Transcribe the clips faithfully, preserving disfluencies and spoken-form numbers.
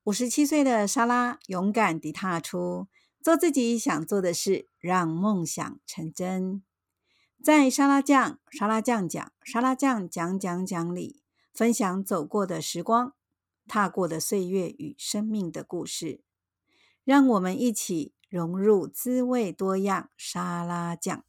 五十七岁的莎拉勇敢地踏出，做自己想做的事，让梦想成真。在沙拉酱沙拉酱讲沙拉酱讲讲讲里，分享走过的时光，踏过的岁月与生命的故事，让我们一起融入滋味多样沙拉酱。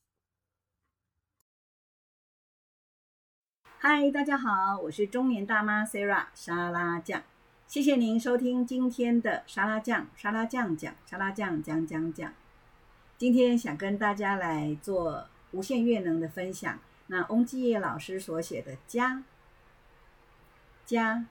嗨，大家好，我是中年大妈 Sarah 沙拉酱，谢谢您收听今天的沙拉酱沙拉酱讲沙拉酱讲讲讲。今天想跟大家来做无限悦能的分享，那翁基业老师所写的家家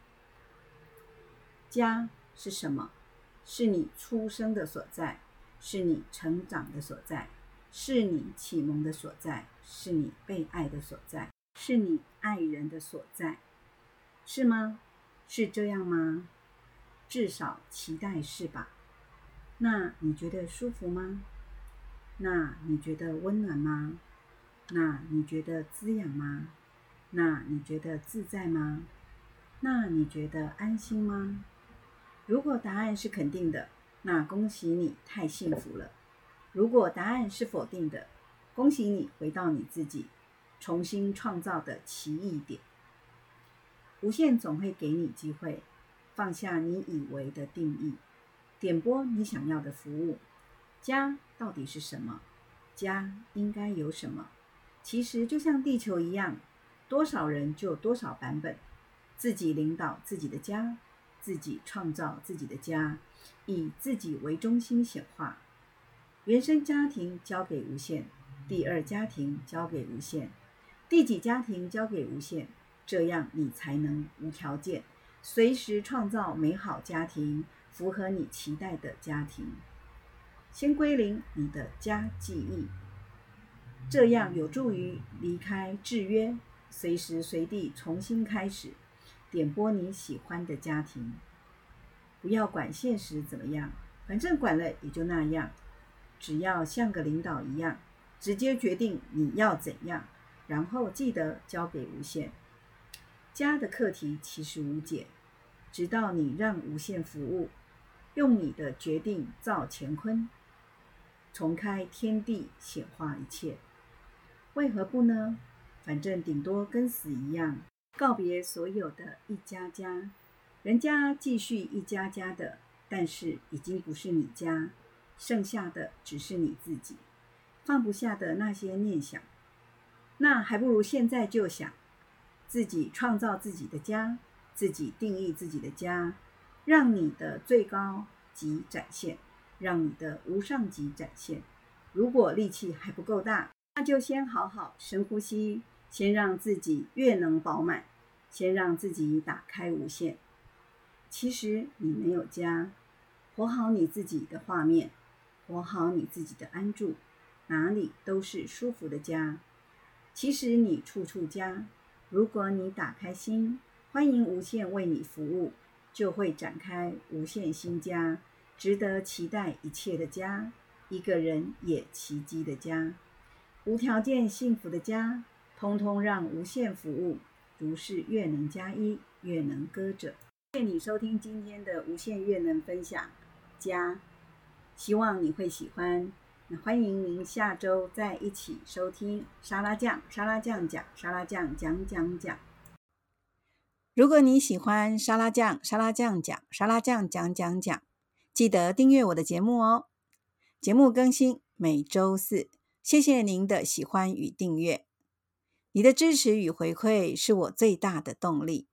家是什么？是你出生的所在，是你成长的所在，是你启蒙的所在，是你被爱的所在，是你爱人的所在，是吗？是这样吗？至少期待是吧？那你觉得舒服吗？那你觉得温暖吗？那你觉得滋养吗？那你觉得自在吗？那你觉得安心吗？如果答案是肯定的，那恭喜你，太幸福了。如果答案是否定的，恭喜你回到你自己重新创造的奇异点。无限总会给你机会，放下你以为的定义，点播你想要的服务。家到底是什么？家应该有什么？其实就像地球一样，多少人就有多少版本，自己领导自己的家，自己创造自己的家，以自己为中心显化。原生家庭交给无限，第二家庭交给无限，第几家庭交给无限，这样你才能无条件随时创造美好家庭，符合你期待的家庭。先归零你的家记忆，这样有助于离开制约，随时随地重新开始，点播你喜欢的家庭。不要管现实怎么样，反正管了也就那样，只要像个领导一样，直接决定你要怎样，然后记得交给无限。家的课题其实无解，直到你让无限服务，用你的决定造乾坤，重开天地，显化一切。为何不呢？反正顶多跟死一样，告别所有的一家家，人家继续一家家的，但是已经不是你家，剩下的只是你自己放不下的那些念想。那还不如现在就想，自己创造自己的家，自己定义自己的家，让你的最高级展现，让你的无上级展现。如果力气还不够大，那就先好好深呼吸，先让自己悦能饱满，先让自己打开无限。其实你没有家，活好你自己的画面，活好你自己的安住，哪里都是舒服的家。其实你处处家，如果你打开心，欢迎无限为你服务，就会展开无限新家，值得期待一切的家，一个人也奇迹的家，无条件幸福的家，通通让无限服务，如是悦能加一，悦能歌者。谢谢你收听今天的无限悦能分享家，希望你会喜欢。那欢迎您下周再一起收听沙拉酱沙拉酱讲沙拉酱讲讲讲。如果你喜欢沙拉酱沙拉酱讲沙拉酱讲讲讲，记得订阅我的节目哦。节目更新每周四，谢谢您的喜欢与订阅，你的支持与回馈是我最大的动力。